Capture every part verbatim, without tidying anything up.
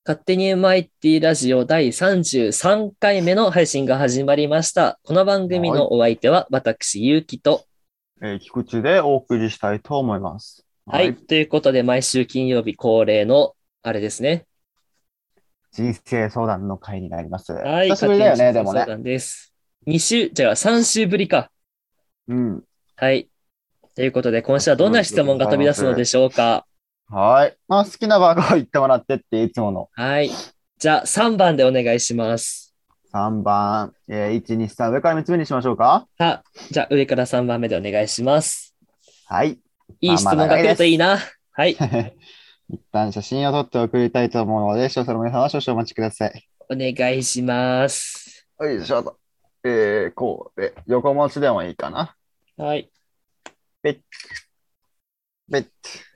勝手に エムアイティー ラジオだいさんじゅうさんかいめの配信が始まりました。この番組のお相手は私、ゆうきと、 えー菊池でお送りしたいと思います。 はい。 はい。 ということで、毎週金曜日恒例の、あれですね。 人生相談の会になります。 はい。 久し勝手にぶりだよね、で人生相もね。 談です。に週、じゃあさん週ぶりか。 うん。 はい。ということで、今久週はどんなしぶりでご質問が飛びざいます。 出すのでしょうか。 はい。まあ、好きな番号言ってもらってっていつものはい。じゃあさんばんでお願いします。 さんばん、えー、いち、に、さん、上からみっつめにしましょうか。 さあ、じゃあ上からさんばんめでお願いします。 はい。 いいまあまあ質問が来長いです。 るといいな。はい。 一旦写真を撮って送りたいと思うので、視聴者の皆様は少々お待ちください。 お願いします。 よいしょと。えー、こうで、横持ちでもいいかな。 はい。 ペッ、ペッ。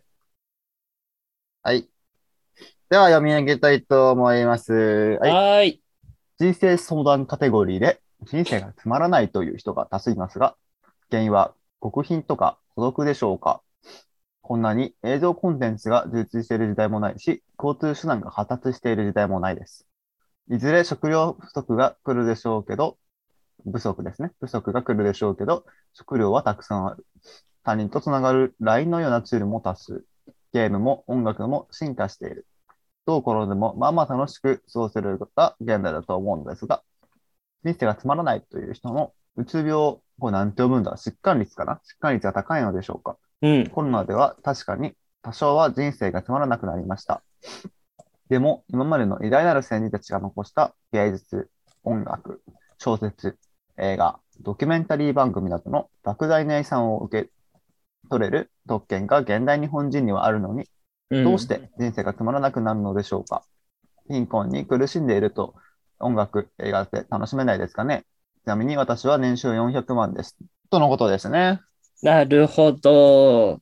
はい。では読み上げたいと思います。はい。 はーい。 人生相談カテゴリーで人生がつまらないという人が多数いますが、原因は極貧とか孤独でしょうか？こんなに映像コンテンツが充実している時代もないし、交通手段が発達している時代もないです。いずれ食料不足が来るでしょうけど、不足ですね。不足が来るでしょうけど、食料はたくさんある。他人とつながる ライン のようなツールも多数。ゲームも音楽も進化している。どう転んでもまあまあ楽しく過ごせるのが現代だと思うのですが、人生がつまらないという人のうつ病、これなんて読むんだ疾患率かな疾患率が高いのでしょうか？ うん。 コロナでは確かに多少は人生がつまらなくなりました。でも、今までの偉大なる先人たちが残した芸術、音楽、小説、映画、ドキュメンタリー番組などの莫大な遺産を受け取れる特権が現代日本人にはあるのに、どうしうん。 て人生がつまらなくなるのでしょうか？貧困に苦しんでいると音楽、映画って楽しめないですかね？ちなみに私は年収よんひゃくまんです。とのことですね。 なるほど。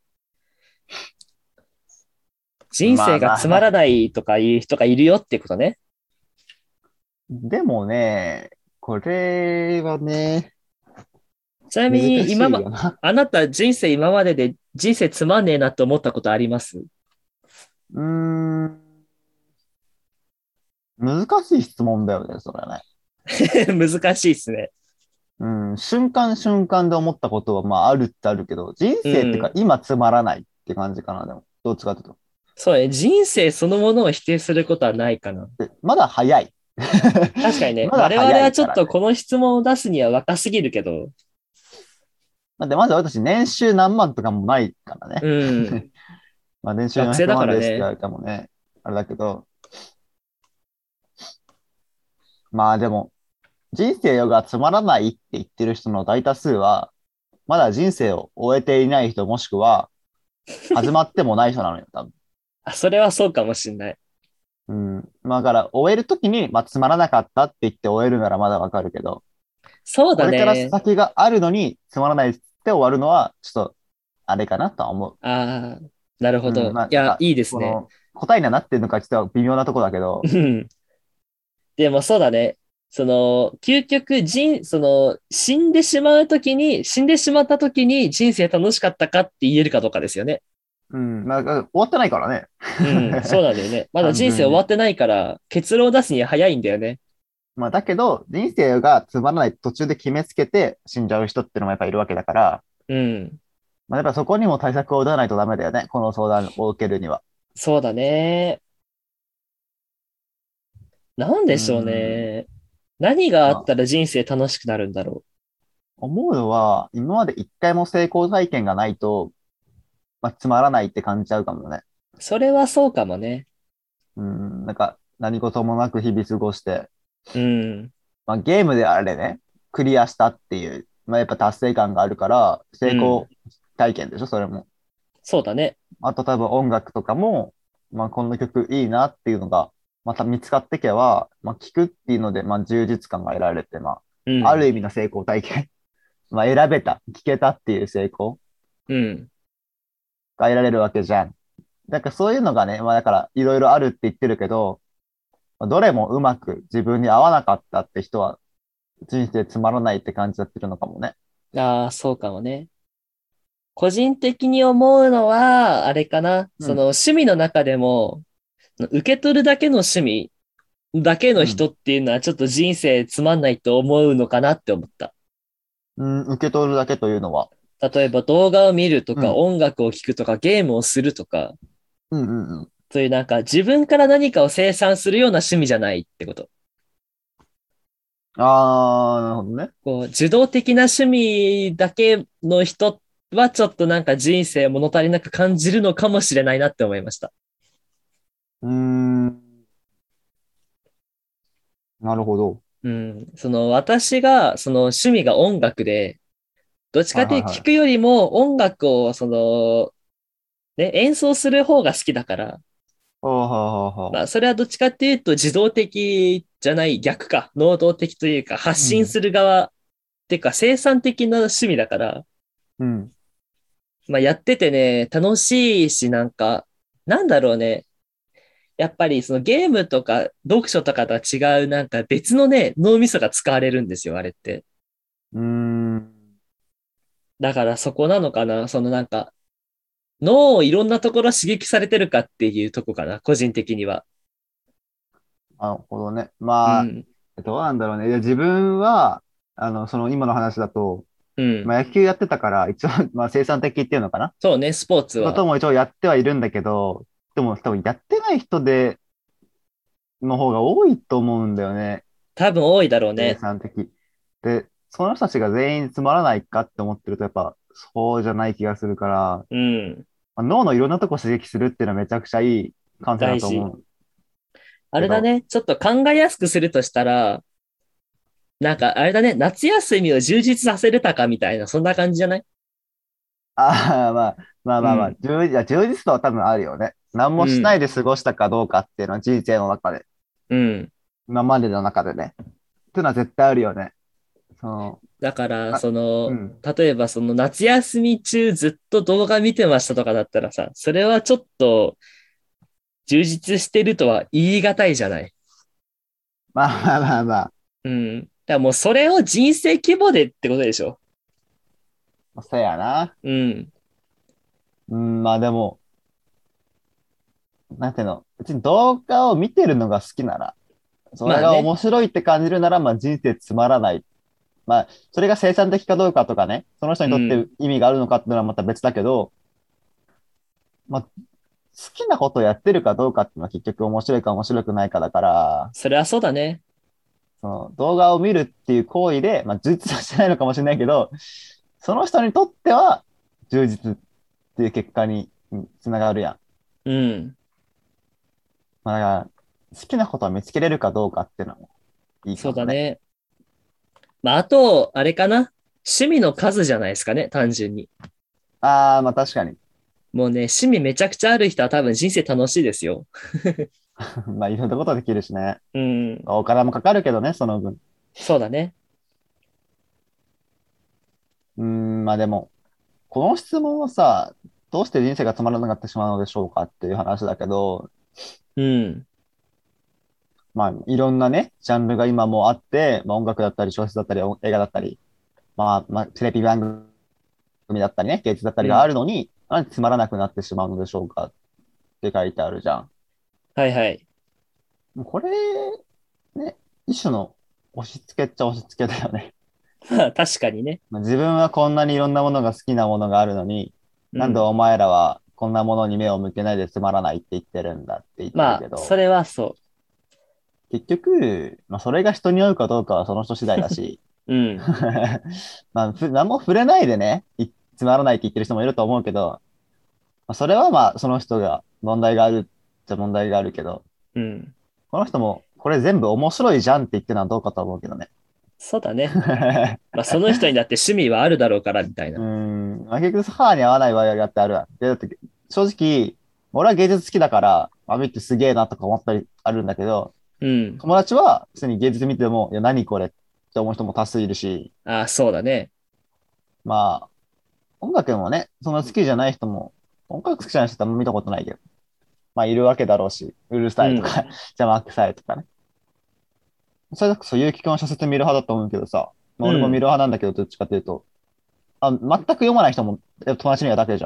人ま生があまあまあ。 つまらないとかいう人がいるよっていうことね。 でもね、これはね、 ちなみ難に、今ま、 しいよな。 あなた人生今までで人生つまんねえなって思ったことあります？ うーん、難しい質問だよね、それはね。 難しいっすね。 うん、瞬間瞬間で思ったことはまああるってあるけど、人う生ってかん。 今つまらないって感じかな、でも。どっちかというと。 そうね。人生そのものを否定することはないかな。 でまだ早い。 確かにね。 まだ我々はちょっ早いからね。 とこの質問を出すには若すぎるけど。 だってまず私年収何万とかもないからうね。 ん。 まあ年収400 学生だか万らね。 ですって言われてもね、あれだけど、まあでも、人生がつまらないって言ってる人の大多数は、まだ人生を終えていない人もしくは、始まってもない人なのよ、多分。 あ、それはそうかもしんない。 うん。まあだから、終えるときに、まあつまらなかったって言って終えるならまだわかるけど、 そうこれからだね。 先があるのに、つまらないって終わるのは、ちょっと、あれかなとは思ああ、なるう。うん。 ほど。いや、 まあなんか、 いいですね。 この、答えにはなってるのかちょっと微妙なとこだけうど、 ん。でもそうだね。その、究極人、その、死んでしまうときに、死んでしまったときに人生楽しかったかって言えるかどうかですよね。 うん。なんか、終わってないからね。 うん、そうなんだよね。まだ単純に。 人生終わってないから、結論を出すには早いんだよね。 まあだけど、人生がつまらない途中で決めつけて死んじゃう人っていうのもやっぱいるわけだから、 うん。 まあ、やっぱそこにも対策を打たないとダメだよね。この相談を受けるには。 そうだね。なんうーでしょうん。 ね。何があまあ、 ったら人生楽しくなるんだろ思うのは、今まで一回も成功体験がないと、まあ、つまらないって感じちゃうかもね。 う。それはそうかもね。 うん。なんか、何事もなく日々過ごして、 うん。 まあ、ゲームであれね、クリアしたっていう、まあ、やっぱ達成感があるから、成功うん。 体験でしょ、それも。 そうだね。 あと多分音楽とかも、まあ、この曲いいなっていうのが、また見つかってけば、まあ、聴くっていうので、まあ、充実感が得られて、まあ、あるうん。 意味の成功体験。まあ、選べた、聴けたっていう成功うん。 が得られるわけじゃん。だからそういうのがね、まあ、だからいろいろあるって言ってるけど、どれもうまく自分に合わなかったって人は、人生つまらないって感じちゃってるのかもね。 ああ、そうかもね。個人的に思うのは、あれかな。 うん。 その趣味の中でも、 受け取るだけの趣味だけのうん。 人っていうのはちょっと人生つまんないと思うのかなって思った。 うん、受け取るだけというのは。 例えば動画を見るとかうん。 音楽を聴くとかゲームをするとか、 うんうんうん。 そういうなんか自分から何かを生産するような趣味じゃないってこと。 あー、なるほどね。 こう、受動的な趣味だけの人はちょっとなんか人生物足りなく感じるのかもしれないなって思いました。 うーん、なるほど。 うん。その私が、その趣味が音楽で、どっちかっていうと聞くはいはいはい。 よりも音楽を、その、ね、演奏する方が好きだから、 はあはあはあはあ。 まあ、それはどっちかっていうと自動的じゃない逆か、能動的というか発うん。 信する側っていうか生産的な趣味だから、 うん。 まあ、やっててね、楽しいし、なんか、なんだろうね。やっぱりそのゲームとか読書とかとは違う、なんか別のね、脳みそが使われるんですよ、あれって。 うーん。 だからそこなのかな、そのなんか、脳をいろんなところ刺激されてるかっていうとこかな、個人的には。 なるほどね。まあ、 うん、 どうなんだろうね。いや、自分は、あの、その今の話だと、 うん。 まあ、野球やってたから、一応、まあ、生産的っていうのかなっそうね、スポーツは。 てことも一応やってはいるんだけど、でも多分やってない人で、の方が多いと思うんだよね。 多分多いだろう生ね。 産的。で、その人たちが全員つまらないかって思ってると、やっぱ、そうじゃない気がするから、 うん、 まあ、脳のいろんなとこ刺激するっていうのはめちゃくちゃいい感性だ大事。 と思うけど、 あれだね、ちょっと考えやすくするとしたら、なんかあれだね、夏休みを充実させるたかみたいな、そんな感じじゃない？ ああ、まあ、まあまあまあ、 うん、 充実、いや充実度は多分あるよね。何うん、 もしないで過ごしたかどうかっていうのは人生の中で、 うん。 今までの中でね。っていうのは絶対あるよね。その、 だから、 あ、 その、 うん。 例えばその夏休み中ずっと動画見てましたとかだったらさ、それはちょっと充実してるとは言い難いじゃない。 まあまあまあまあ、 うん。だからもうそれを人生規模でってことでしょ。 そうやな。 うん。 うん、まあでも、なんていうの、別に動画を見てるのが好きなら、それまあね。 が面白いって感じるなら、まあ人生つまらない。まあ、それが生産的かどうかとかね、その人にとってうん。 意味があるのかっていうのはまた別だけど、まあ、好きなことをやってるかどうかっていうのは結局面白いか面白くないかだから、 それはそうだね。 その動画を見るっていう行為で、まあ、充実はしてないのかもしれないけど、その人にとっては充実っていう結果につながるやん。 うん。 まあ、だから好きなことを見つけれるかどうかっていうのもいいそかもね。 うだね。まあ、あと、あれかな。趣味の数じゃないですかね、単純に。 ああ、まあ確かに。 もうね、趣味めちゃくちゃある人は多分人生楽しいですよ。 まあいろんなことできるしね。 うん。 お金もかかるけどね、その分。 そうだね。 うーん、まあでも、この質問はさ、どうして人生がつまらなくなってしまうのでしょうかっていう話だけど、 うん。 まあいろんなね、ジャンルが今もうあって、まあ音楽だったり小説だったり映画だったり、まあ、まあテレビ番組だったりね、芸術だったりがあうん。 るのに、なんでつまらなくなってしまうのでしょうかって書いてあるじゃん。 はいはい。 これ、ね、一種の押し付けっちゃ押し付けだよね。 まあ、確かにね。 まあ自分はこんなにいろんなものが好きなものがあるのに、なんでうん。 お前らはこんなものに目を向けないでつまらないって言ってるんだって言ってまあ、そるけど、 れはそ結局、まあ、それが人に合うかどうかはその人次第だし、 う。うん。 まあ、ふ何も触れないでね、いつまらないって言ってる人もいると思うけど、まあ、それはまあ、その人が問題があるじゃ問題があるけど、 うん。 この人もこれ全部面白いじゃんって言ってるのはどうかと思うけどね。 そうだね。まあ、その人にだって趣味はあるだろうから、みたいうーな。 ん、まあ、結局歯に合わない場合があってあるわ。で、だって正直、俺は芸術好きだから、あ、見てすげえなとか思ったりあるんだけど、 うん。 友達は普通に芸術見ても、いや、何これって思う人も多数いるし、 ああ、そうだね。 まあ、音楽もね、そんな好きじゃない人も、音楽好きじゃない人ってあんま見たことないけど、まあ、いるわけだろうし、うるさいとかうん。 邪魔くさいとかね。それこそ、結城くんは小説見る派だと思うけどさ、まあ、俺も見るうん。 派なんだけど、どっちかというと、あ、全く読まない人もやっぱ友達にはだけじゃん。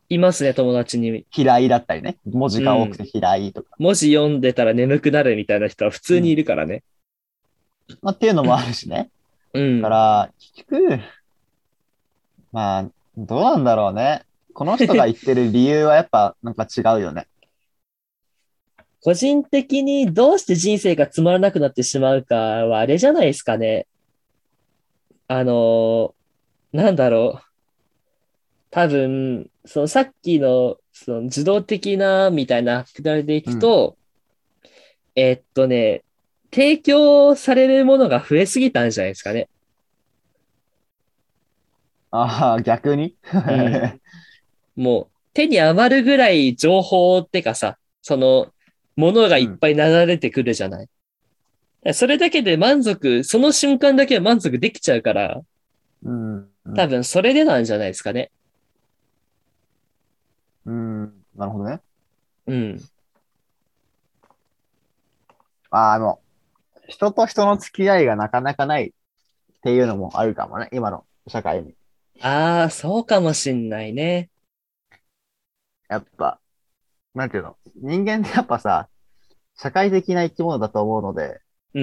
いますね、友達に。 嫌いだったりね。文字うが多くてん。 嫌いとか。 文字読んでたら眠くなるみたいな人は普通にいうん。 るからね。 まあ、っていうのもあるしね。 うん。 だから、結局、まあ、どうなんだろうね。この人が言ってる理由はやっぱなんか違うよね。 個人的にどうして人生がつまらなくなってしまうかはあれじゃないですかね。あのーなんだろう。多分、そのさっきのその受動的なみたいなくだりでいうん。 くと、えっとね、提供されるものが増えすぎたんじゃないですかね。 ああ、逆にうん。もう手に余るぐらい情報ってかさ、そのものがいっうん。 ぱい流れてくるじゃない。それだけで満足、その瞬間だけは満足できちゃうから、 うん。うん。 多分それでなんじゃないですかね。 うん。なるほどね。 うん。 ああ、もう、人と人の付き合いがなかなかないっていうのもあるかもね。今の社会に。 ああ、そうかもしんないね。 やっぱ、なんていうの。人間ってやっぱさ、社会的な生き物だと思うので、 うん。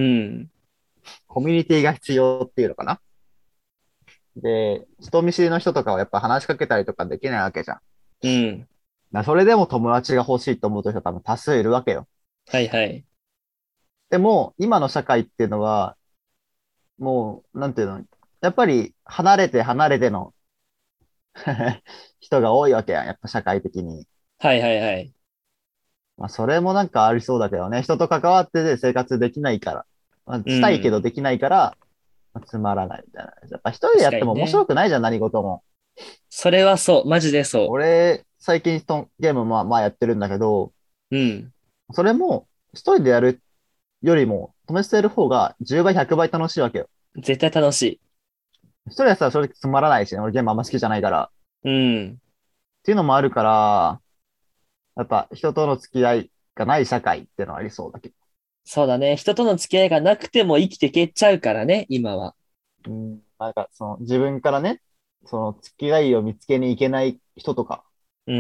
コミュニティが必要っていうのかな。で、人見知りの人とかはやっぱ話しかけたりとかできないわけじゃん。 うん。 なそれでも友達が欲しいと思う人は多分多数いるわけよ。 はいはい。 でも、今の社会っていうのは、もう、なんていうの、やっぱり離れて離れての人が多いわけやん。やっぱ社会的に。 はいはいはい。 まあ、それもなんかありそうだけどね。人と関わってて生活できないから。まあ、 うしたいけどん。 できないから、まあつまらないみたいな。やっぱ一人で確やっても面かにね。 白くないじゃん、何事も。 それはそう。マジでそ俺、最近とゲームまあまあやってるんだけど、 う。うん。 それも一人でやるよりも、試してる方がじゅうばい、ひゃくばい楽しいわけよ。 絶対楽しい。 一人やったら正直つまらないしね。俺ゲームあんま好きじゃないから。っうん。 ていうのもあるから、やっぱ人との付き合いがない社会っていうのはありそうだけど。 そうだね。人との付き合いがなくても生きていけちゃうからね、今は。 うん、なんかその自分からね、その付き合いを見つけに行けない人とか、 うん。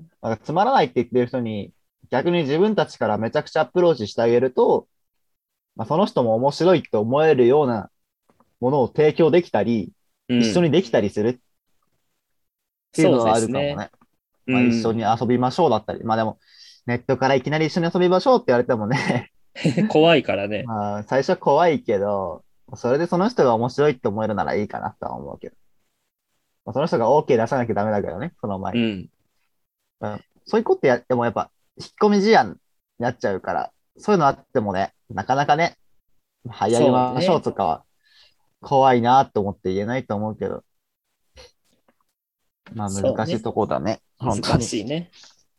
なんかつまらないって言ってる人に、逆に自分たちからめちゃくちゃアプローチしてあげると、まあ、その人も面白いって思えるようなものを提供できたり、一緒うん。 にできたりするっていうそうのはあですね。 るかもね。 うまあ一緒にん。 遊びましょうだったり。まあでも、ネットからいきなり一緒に遊びましょうって言われてもね、 怖いからね。 まあ最初は怖いけど、それでその人が面白いって思えるならいいかなとは思うけど。まあ、その人が オーケー 出さなきゃダメだけどね、その前に。 うん。 まあ、そういうことやってもやっぱ、引っ込み思案になっちゃうから、そういうのあってもね、なかなかね、流行りましょうそうね。 とかは怖いなと思って言えないと思うけど、まあ難そうね。 しいとこだね、本当難に。 しいね。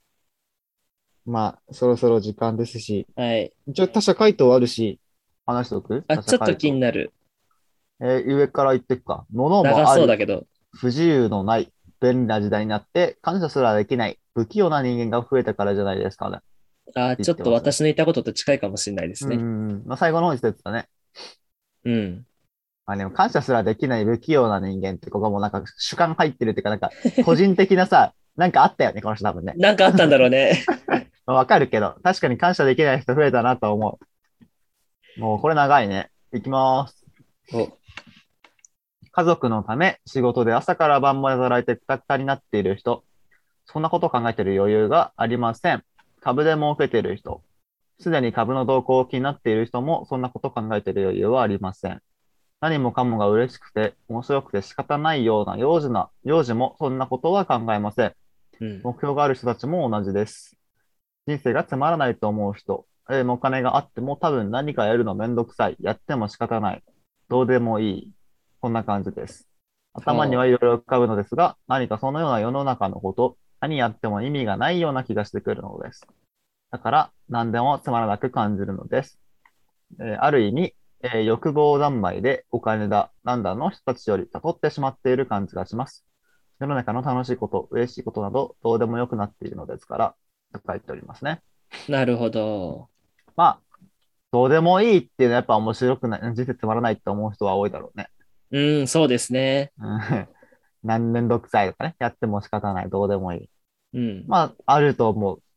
まあ、そろそろ時間ですし、 はい。 一応他者回答あるし、話しておくあ、 他ちょっと者回答。 気になる。 えー上から言っていくか。物長もある、 そうだけど。 不自由のない、便利な時代になって、感謝すらできない、不器用な人間が増えたからじゃないですかね。ってあ、ちょっと言ってますね。 私の言ったことと近いかもしれないですうんね。 うんうん。まあ、最後の方に言ってたね。 うん。 まあでも感謝すらできない不器用な人間ってここもなんか主観入ってるっていうかなんか個人的なさ、なんかあったよね、この人多分ね。 なんかあったんだろうね。 わかるけど、確かに感謝できない人増えたなと思う。もうこれ長いね。いきます。 お、 家族のため仕事で朝から晩まで働いてくたくたになっている人。そんなことを考えている余裕がありません。株で儲けている人。すでに株の動向を気になっている人もそんなことを考えている余裕はありません。何もかもが嬉しくて面白くて仕方ないような幼児な、幼児もそんなことは考えません。 うん。 目標がある人たちも同じです。人生がつまらないと思う人、えーお金があっても多分何かやるのめんどくさい。やっても仕方ない。どうでもいい。こんな感じです。頭にはいはろいろ浮かぶのですが、何かそのような世の中のこと、何やっても意味がないような気がしてくるのです。だから、何でもつまらなく感じるのです。えーある意味、えー欲望三昧でお金だ、なんだの人たちより悟ってしまっている感じがします。世の中の楽しいこと、嬉しいことなど、どうでもよくなっているのですから、と書いておりますね。 あ、なるほど。 まあ、どうでもいいっていうのはやっぱ面白くない、人生つまらないって思う人は多いだろうね。 うん、そうですね。 うん何年度くさいとかね、やっても仕方ない、どうでもいい。 うん。 まあ、あると思う。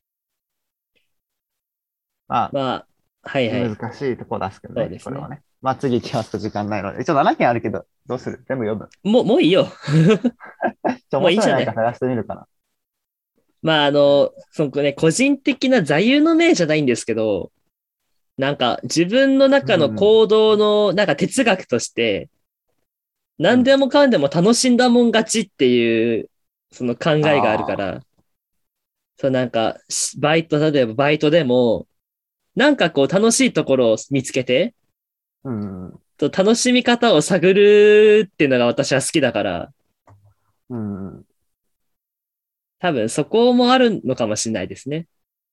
ままあ、はいあ、 はい。 難しいとこですけどね、 そうですね。 これはね。まあ、次行きますと時間ないので。一応ななけんあるけど、どうする全部読む。 もう、もういいよ。 ちょ、 もう面いいじゃない。 白いないか探してみるかな。 まあ、あの、そのね、個人的な座右の銘じゃないんですけど、なんか自分の中のうん、 行動のなんか哲学として、 うん。 何でもかんでも楽しんだもん勝ちっていう、その考えがあるかああ、 ら、そうなんか、バイト、例えばバイトでも、なんかこう楽しいところを見つけて、 うん、 と楽しみ方を探るっていうのが私は好きだから、 うん。 多分そこもあるのかもしれないですね。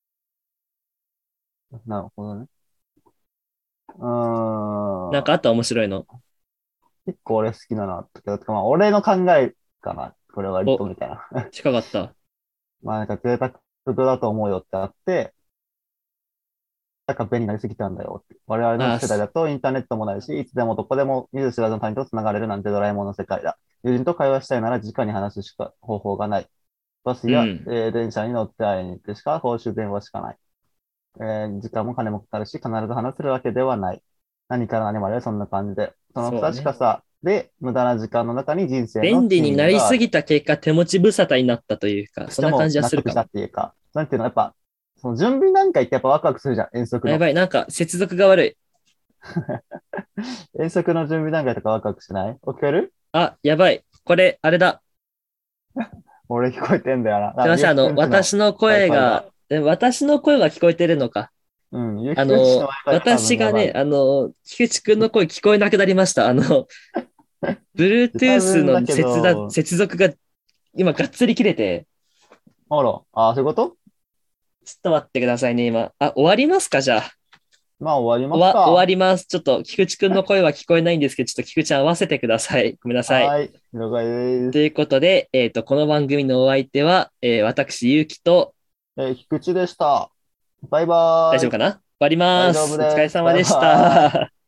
なるほどね。うーん。 なんかあった面白いの。 結構俺好きだな。けど、まあ、俺の考えかな。これは割とお、 みたいな。 近かった。 まあ、なんか贅沢だと思うよってあって、なんか便利になりすぎたんだよって。我々のあ、 世代だとインターネットもないし、いつでもどこでも見ず知らずの他人と繋がれるなんてドラえもんの世界だ。友人と会話したいなら直に話すしか方法がない。バスや、 うん。 えー電車に乗って会いに行くしか報酬電話しかない。えー時間も金もかかるし、必ず話せるわけではない。何から何までそんな感じで。その不そうね。 確かさで、無駄な時間の中に人生の便利に意なりすぎ味がある。 た結果、手持ち無沙汰になったというか、 しかもそんな感じは納得したするかも。 っていうか、なんていうの、やっぱ、その準備段階ってやっぱワクワクするじゃん、遠足の。 あやばい、なんか接続が悪い。 遠足の準備段階とかワクワクしない聞こえる？ あ、やばい。これ、あれだ。 俺聞こえてんだよな。あ、 すいません、あゆうきくの、 んちの私の声 Wi-Fi が。 が、え私の声が聞こえてるのか。 うん、ゆうあきくんちのの、 Wi-Fi が多分私がね、 やばい。 あの、菊池くんの声聞こえなくなりました。あの、 多 Bluetooth の分だけ接だど、 接続が今がっつり切れて、 あら、あ、そういうこと？ ちょっと待ってくださいね、今。あ、終わりますか、じゃあ。 まあ終わり終わ、終わますか。 ります。ちょっと、菊池くんの声は聞こえないんですけど、ちょっと菊池合わせてください。ごめんなさい。 はい、了解です。 ということで、えっと、この番組のお相手は、えー私、ゆうきと、 えー菊池でした。バイバーイ。 大丈夫かな終わりま大丈夫す。お疲れです。バイ様でしバーイ。 た。